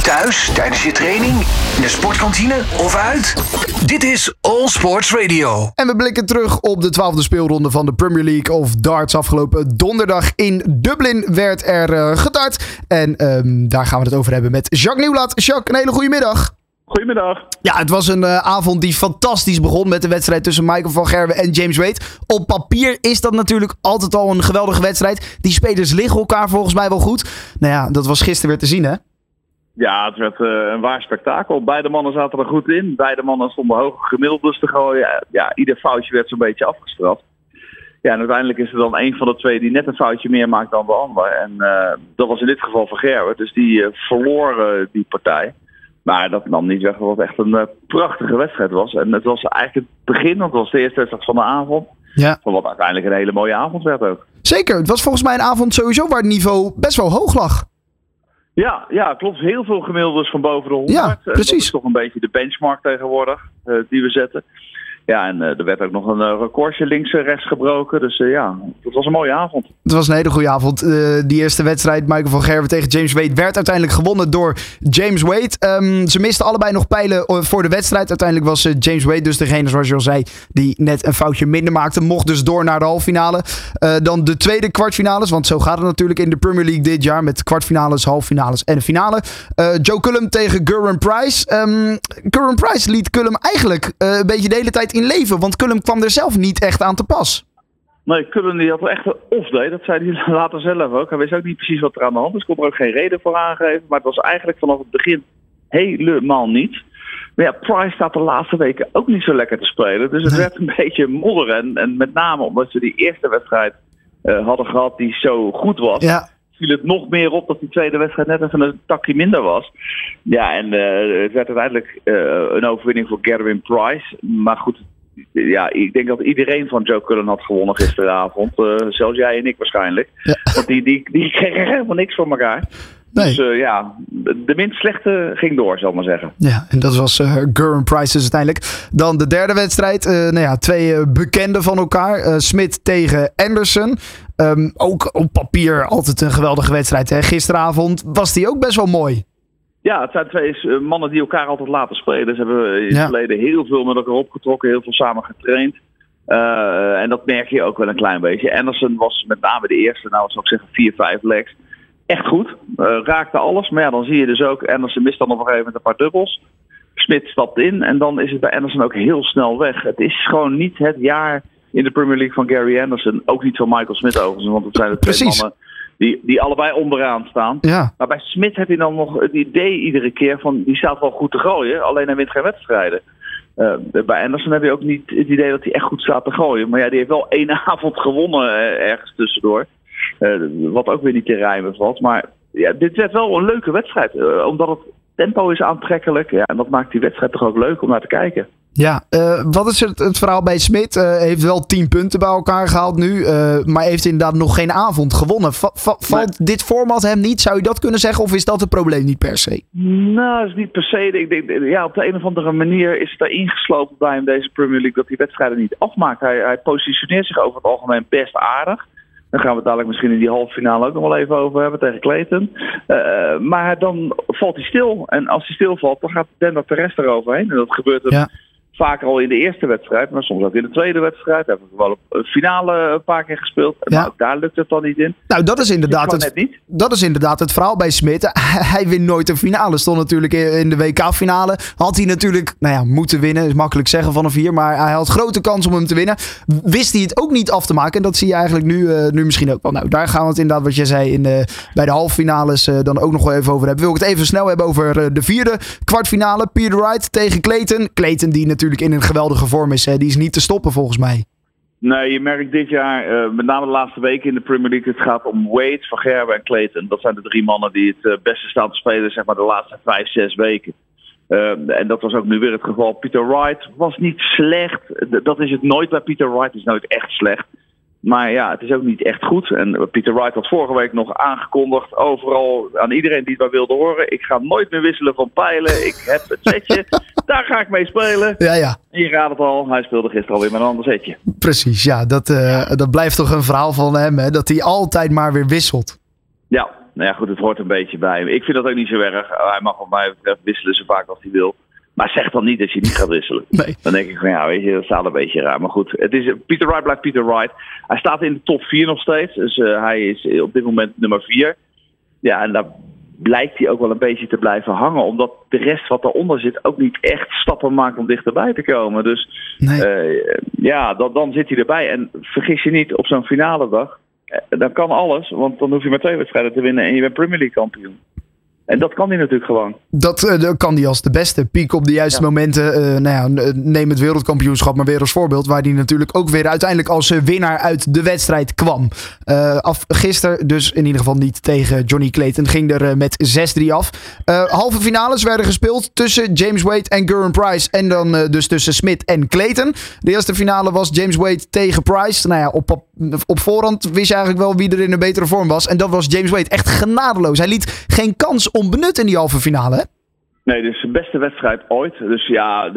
Thuis, tijdens je training, in de sportkantine of uit? Dit is All Sports Radio. En we blikken terug op de 12e speelronde van de Premier League of Darts. Afgelopen donderdag in Dublin werd er gedart. En daar gaan we het over hebben met Jacques Nieuwlaat. Jacques, een hele goede middag. Goedemiddag. Ja, het was een avond die fantastisch begon met de wedstrijd tussen Michael van Gerwen en James Wade. Op papier is dat natuurlijk altijd al een geweldige wedstrijd. Die spelers liggen elkaar volgens mij wel goed. Nou ja, dat was gisteren weer te zien, hè? Ja, het werd een waar spektakel. Beide mannen zaten er goed in. Beide mannen stonden hoge gemiddeldes te gooien. Ja, ieder foutje werd zo'n beetje afgestraft. Ja, en uiteindelijk is er dan een van de twee die net een foutje meer maakt dan de ander. En dat was in dit geval van Gerwen. Dus die verloor die partij. Maar dat nam niet weg dat het echt een prachtige wedstrijd was. En het was eigenlijk het begin, want het was de eerste wedstrijd van de avond. Ja. Van wat uiteindelijk een hele mooie avond werd ook. Zeker, het was volgens mij een avond sowieso waar het niveau best wel hoog lag. Ja, klopt. Heel veel gemiddeldes van boven de 100. Ja, precies. Dat is toch een beetje de benchmark tegenwoordig die we zetten. Ja, en er werd ook nog een recordje links en rechts gebroken. Dus ja, het was een mooie avond. Het was een hele goede avond. Die eerste wedstrijd, Michael van Gerwen tegen James Wade, werd uiteindelijk gewonnen door James Wade. Ze misten allebei nog pijlen voor de wedstrijd. Uiteindelijk was James Wade dus degene, zoals je al zei, die net een foutje minder maakte. Mocht dus door naar de halve finale. Dan de tweede kwartfinales, want zo gaat het natuurlijk in de Premier League dit jaar met kwartfinales, halffinales en een finale. Joe Cullen tegen Gerwyn Price. Gerwyn Price liet Cullen eigenlijk een beetje de hele tijd in leven, want Cullen kwam er zelf niet echt aan te pas. Nee, Cullen die had wel echt een off-day. Dat zei hij later zelf ook. Hij wist ook niet precies wat er aan de hand is. Ik kon er ook geen reden voor aangeven. Maar het was eigenlijk vanaf het begin helemaal niet. Maar ja, Price staat de laatste weken ook niet zo lekker te spelen. Dus het werd een beetje modderen. En met name omdat ze die eerste wedstrijd hadden gehad die zo goed was. Ja. Viel het nog meer op dat die tweede wedstrijd net even een takje minder was. Ja, en het werd uiteindelijk een overwinning voor Gerwyn Price. Maar goed, ja, ik denk dat iedereen van Joe Cullen had gewonnen gisteravond. Zelfs jij en ik waarschijnlijk. Ja. Want die kregen helemaal niks voor elkaar. Nee. Dus ja, de minst slechte ging door, zal ik maar zeggen. Ja, en dat was Gerwyn Price dus uiteindelijk. Dan de derde wedstrijd. Twee bekenden van elkaar. Smith tegen Anderson. Ook op papier altijd een geweldige wedstrijd. Hè? Gisteravond was die ook best wel mooi. Ja, het zijn twee mannen die elkaar altijd laten spelen. Ze hebben in het verleden heel veel met elkaar opgetrokken. Heel veel samen getraind. En dat merk je ook wel een klein beetje. Anderson was met name de eerste, nou zou ik zeggen 4-5 legs. Echt goed. Raakte alles. Maar ja, dan zie je dus ook, Anderson mist dan op een gegeven moment een paar dubbels. Smith stapt in en dan is het bij Anderson ook heel snel weg. Het is gewoon niet het jaar in de Premier League van Gary Anderson. Ook niet van Michael Smith overigens, want het zijn de twee mannen die allebei onderaan staan. Ja. Maar bij Smith heb je dan nog het idee iedere keer van, die staat wel goed te gooien, alleen hij wint geen wedstrijden. Bij Anderson heb je ook niet het idee dat hij echt goed staat te gooien. Maar ja, die heeft wel één avond gewonnen ergens tussendoor. Wat ook weer niet te rijmen valt. Maar ja, dit werd wel een leuke wedstrijd. Omdat het tempo is aantrekkelijk. Ja, en dat maakt die wedstrijd toch ook leuk om naar te kijken. Ja, wat is het verhaal bij Smith? Heeft wel 10 punten bij elkaar gehaald nu. Maar heeft inderdaad nog geen avond gewonnen. Valt dit format hem niet? Zou je dat kunnen zeggen? Of is dat het probleem niet per se? Nou, dat is niet per se. Ik denk, ja, op de een of andere manier is het daar ingeslopen bij hem deze Premier League. Dat hij wedstrijden niet afmaakt. Hij positioneert zich over het algemeen best aardig. Daar gaan we het dadelijk misschien in die halve finale ook nog wel even over hebben tegen Clayton. Maar dan valt hij stil. En als hij stilvalt, dan gaat Denver Perez eroverheen. En dat gebeurt hem vaker al in de eerste wedstrijd. Maar soms ook in de tweede wedstrijd. Hij heeft wel op een finale een paar keer gespeeld. Maar ook daar lukt het dan niet in. Nou, dat is inderdaad het verhaal bij Smith. Hij wint nooit een finale. Stond natuurlijk in de WK-finale. Had hij natuurlijk moeten winnen. Is makkelijk zeggen vanaf hier. Maar hij had grote kans om hem te winnen. Wist hij het ook niet af te maken. En dat zie je eigenlijk nu misschien ook wel. Nou, daar gaan we het inderdaad, wat jij zei, bij de halve finales dan ook nog wel even over hebben. Wil ik het even snel hebben over de vierde kwartfinale. Peter Wright tegen Clayton. Clayton die natuurlijk in een geweldige vorm is. Die is niet te stoppen volgens mij. Nee, je merkt dit jaar, met name de laatste weken in de Premier League, het gaat om Wade, Van Gerwen en Clayton. Dat zijn de 3 mannen die het beste staan te spelen, zeg maar, de laatste 5-6 weken. En dat was ook nu weer het geval. Peter Wright was niet slecht. Dat is het nooit bij Peter Wright. Het is nooit echt slecht. Maar ja, het is ook niet echt goed. En Peter Wright had vorige week nog aangekondigd overal aan iedereen die het maar wilde horen. Ik ga nooit meer wisselen van pijlen. Ik heb het setje. Daar ga ik mee spelen. Ja. En je raadt het al. Hij speelde gisteren alweer met een ander setje. Precies, ja. Dat blijft toch een verhaal van hem. Hè? Dat hij altijd maar weer wisselt. Ja, nou ja, goed, het hoort een beetje bij hem. Ik vind dat ook niet zo erg. Hij mag wat mij betreft wisselen zo vaak als hij wil. Maar zeg dan niet dat je niet gaat wisselen. Nee. Dan denk ik van ja, weet je, dat staat een beetje raar. Maar goed, Peter Wright blijft Peter Wright. Hij staat in de top 4 nog steeds. Dus hij is op dit moment nummer 4. Ja, en daar blijkt hij ook wel een beetje te blijven hangen. Omdat de rest wat daaronder zit ook niet echt stappen maakt om dichterbij te komen. Dus dan zit hij erbij. En vergis je niet, op zo'n finale dag, dan kan alles. Want dan hoef je maar 2 wedstrijden te winnen en je bent Premier League kampioen. En dat kan hij natuurlijk gewoon. Dat kan hij als de beste. Piek op de juiste momenten. Neem het wereldkampioenschap maar weer als voorbeeld. Waar hij natuurlijk ook weer uiteindelijk als winnaar uit de wedstrijd kwam. Gisteren dus in ieder geval niet tegen Johnny Clayton. Ging er met 6-3 af. Halve finales werden gespeeld tussen James Wade en Gerwyn Price. En dan dus tussen Smith en Clayton. De eerste finale was James Wade tegen Price. Nou ja, op voorhand wist je eigenlijk wel wie er in een betere vorm was. En dat was James Wade. Echt genadeloos. Hij liet geen kans onbenut in die halve finale, hè? Nee, dus de beste wedstrijd ooit. Dus ja,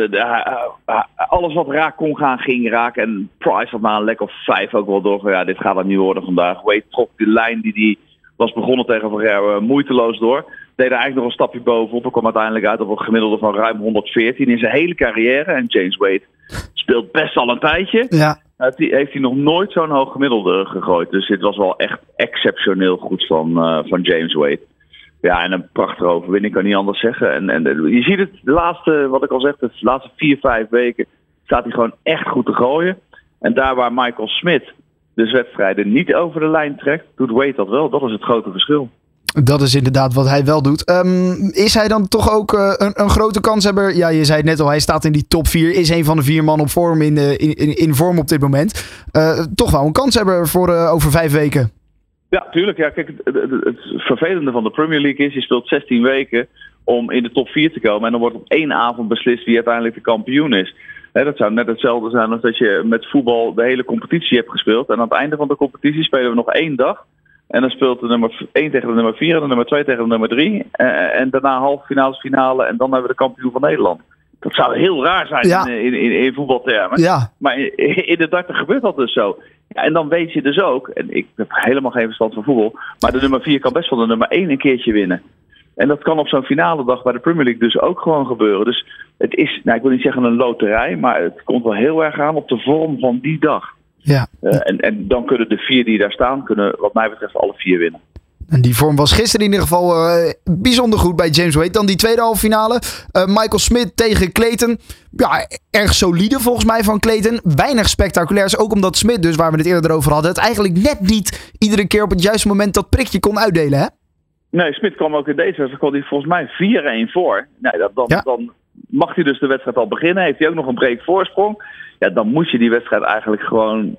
alles wat raak kon gaan, ging raak. En Price had na een lek of 5 ook wel door. Ja, dit gaat het niet worden vandaag. Wade trok die lijn die was begonnen tegen Ferrer moeiteloos door. Deed er eigenlijk nog een stapje bovenop. Hij kwam uiteindelijk uit op een gemiddelde van ruim 114 in zijn hele carrière. En James Wade speelt best al een tijdje. Ja. Heeft hij nog nooit zo'n hoog gemiddelde gegooid. Dus dit was wel echt exceptioneel goed van James Wade. Ja, en een prachtige overwinning, kan niet anders zeggen. En je ziet het, de laatste, wat ik al zeg, de laatste 4-5 weken staat hij gewoon echt goed te gooien. En daar waar Michael Smith de wedstrijden niet over de lijn trekt, doet Wade dat wel. Dat is het grote verschil. Dat is inderdaad wat hij wel doet. Is hij dan toch ook een grote kanshebber? Ja, je zei het net al, hij staat in die top 4. Is een van de 4 man op vorm in vorm op dit moment. Toch wel een kanshebber voor over 5 weken. Ja, tuurlijk. Ja, kijk, het vervelende van de Premier League is, je speelt 16 weken om in de top 4 te komen. En dan wordt op 1 avond beslist wie uiteindelijk de kampioen is. Dat zou net hetzelfde zijn als dat je met voetbal de hele competitie hebt gespeeld. En aan het einde van de competitie spelen we nog 1 dag. En dan speelt de nummer 1 tegen de nummer 4 en de nummer 2 tegen de nummer 3. En daarna halve finale, finale en dan hebben we de kampioen van Nederland. Dat zou heel raar zijn in voetbaltermen. Ja. Maar in de darten gebeurt dat dus zo. Ja, en dan weet je dus ook, en ik heb helemaal geen verstand van voetbal, maar de nummer 4 kan best wel de nummer 1 een keertje winnen. En dat kan op zo'n finale dag bij de Premier League dus ook gewoon gebeuren. Dus het is, ik wil niet zeggen een loterij, maar het komt wel heel erg aan op de vorm van die dag. Ja. En dan kunnen de 4 die daar staan, wat mij betreft alle 4 winnen. En die vorm was gisteren in ieder geval bijzonder goed bij James Wade. Dan die tweede halve finale. Michael Smith tegen Clayton. Ja, erg solide volgens mij van Clayton. Weinig spectaculairs. Ook omdat Smith, dus waar we het eerder over hadden, het eigenlijk net niet iedere keer op het juiste moment dat prikje kon uitdelen, hè? Nee, Smith kwam ook in deze wedstrijd. Kwam hij volgens mij 4-1 voor. Nee, dan mag hij dus de wedstrijd al beginnen. Heeft hij ook nog een break voorsprong. Ja, dan moet je die wedstrijd eigenlijk gewoon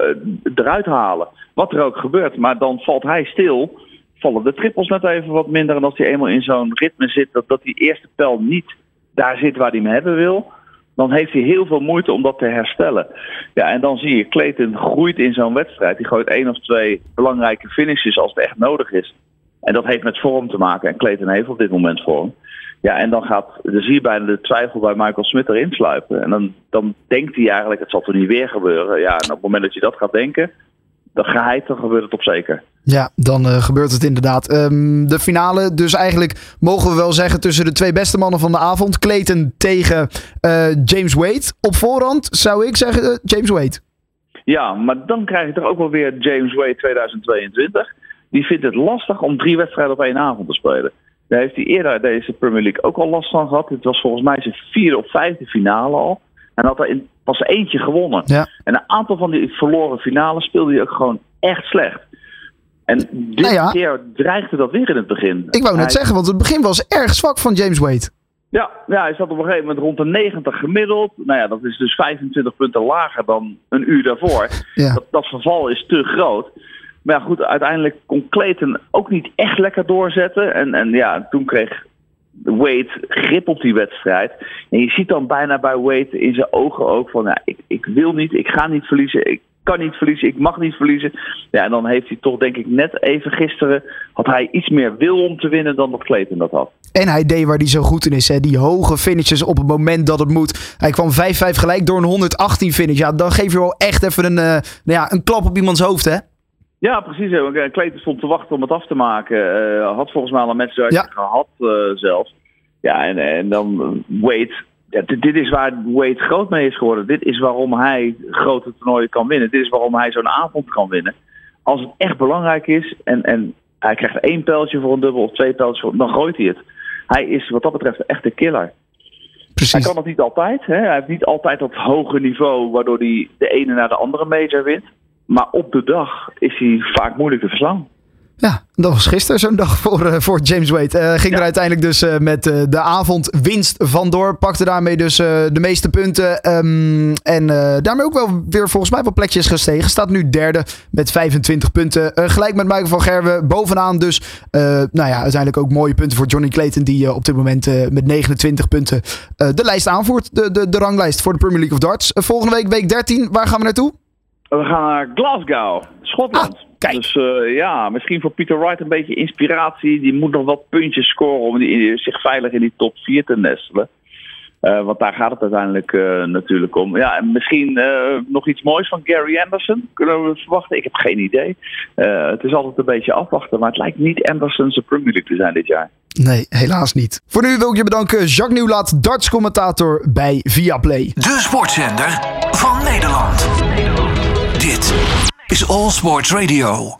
eruit halen. Wat er ook gebeurt. Maar dan valt hij stil. Vallen de trippels net even wat minder. En als hij eenmaal in zo'n ritme zit, dat die eerste pijl niet daar zit waar hij hem hebben wil, dan heeft hij heel veel moeite om dat te herstellen. Ja, en dan zie je, Clayton groeit in zo'n wedstrijd. Die gooit 1 of 2 belangrijke finishes als het echt nodig is. En dat heeft met vorm te maken. En Clayton heeft op dit moment vorm. Ja, en dan zie je bijna de twijfel bij Michael Smith erin sluipen. En dan denkt hij eigenlijk, het zal toch niet weer gebeuren. Ja, en op het moment dat je dat gaat denken, dan gebeurt het op zeker. Ja, dan gebeurt het inderdaad. De finale, dus eigenlijk mogen we wel zeggen tussen de 2 beste mannen van de avond. Clayton tegen James Wade. Op voorhand zou ik zeggen James Wade. Ja, maar dan krijg je toch ook wel weer James Wade 2022. Die vindt het lastig om 3 wedstrijden op 1 avond te spelen. Daar heeft hij eerder deze Premier League ook al last van gehad. Het was volgens mij zijn 4e of 5e finale al. En had er pas eentje gewonnen. Ja. En een aantal van die verloren finales speelde hij ook gewoon echt slecht. En dit keer dreigde dat weer in het begin. Ik wou net zeggen, want het begin was erg zwak van James Wade. Ja, hij zat op een gegeven moment rond de 90 gemiddeld. Nou ja, dat is dus 25 punten lager dan een uur daarvoor. Ja. Dat verval is te groot. Maar ja, goed, uiteindelijk kon Clayton ook niet echt lekker doorzetten. En ja, toen kreeg Wade grip op die wedstrijd. En je ziet dan bijna bij Wade in zijn ogen ook van, ja, ik wil niet, ik ga niet verliezen, ik kan niet verliezen, ik mag niet verliezen. Ja, en dan heeft hij toch denk ik net even gisteren, had hij iets meer wil om te winnen dan dat Clayton dat had. En hij deed waar hij zo goed in is, hè? Die hoge finishes op het moment dat het moet. Hij kwam 5-5 gelijk door een 118 finish. Ja, dan geef je wel echt even een klap op iemands hoofd, hè? Ja, precies. Clayton stond te wachten om het af te maken. Had volgens mij al een match gehad zelf. Ja, en dan Wade. Ja, dit is waar Wade groot mee is geworden. Dit is waarom hij grote toernooien kan winnen. Dit is waarom hij zo'n avond kan winnen. Als het echt belangrijk is en hij krijgt 1 pijltje voor een dubbel of 2 pijltjes, dan gooit hij het. Hij is wat dat betreft echt een killer. Precies. Hij kan het niet altijd. Hè? Hij heeft niet altijd dat hoge niveau waardoor hij de ene naar de andere major wint. Maar op de dag is hij vaak moeilijk te verslaan. Ja, dat was gisteren zo'n dag voor James Wade. Ging er uiteindelijk dus met de avondwinst vandoor. Pakte daarmee dus de meeste punten. En daarmee ook wel weer volgens mij wat plekjes gestegen. Staat nu derde met 25 punten. Gelijk met Michael van Gerwen bovenaan. Dus uiteindelijk ook mooie punten voor Johnny Clayton. Die op dit moment met 29 punten de lijst aanvoert. De ranglijst voor de Premier League of Darts. Volgende week 13. Waar gaan we naartoe? We gaan naar Glasgow, Schotland. Kijk. Dus misschien voor Peter Wright een beetje inspiratie. Die moet nog wat puntjes scoren om zich veilig in die top 4 te nestelen. Want daar gaat het uiteindelijk natuurlijk om. Ja, en misschien nog iets moois van Gary Anderson. Kunnen we verwachten? Ik heb geen idee. Het is altijd een beetje afwachten. Maar het lijkt niet Anderson's Premier League te zijn dit jaar. Nee, helaas niet. Voor nu wil ik je bedanken, Jacques Nieuwlaat, dartscommentator bij Viaplay. De sportzender van Nederland. Dit is All Sports Radio.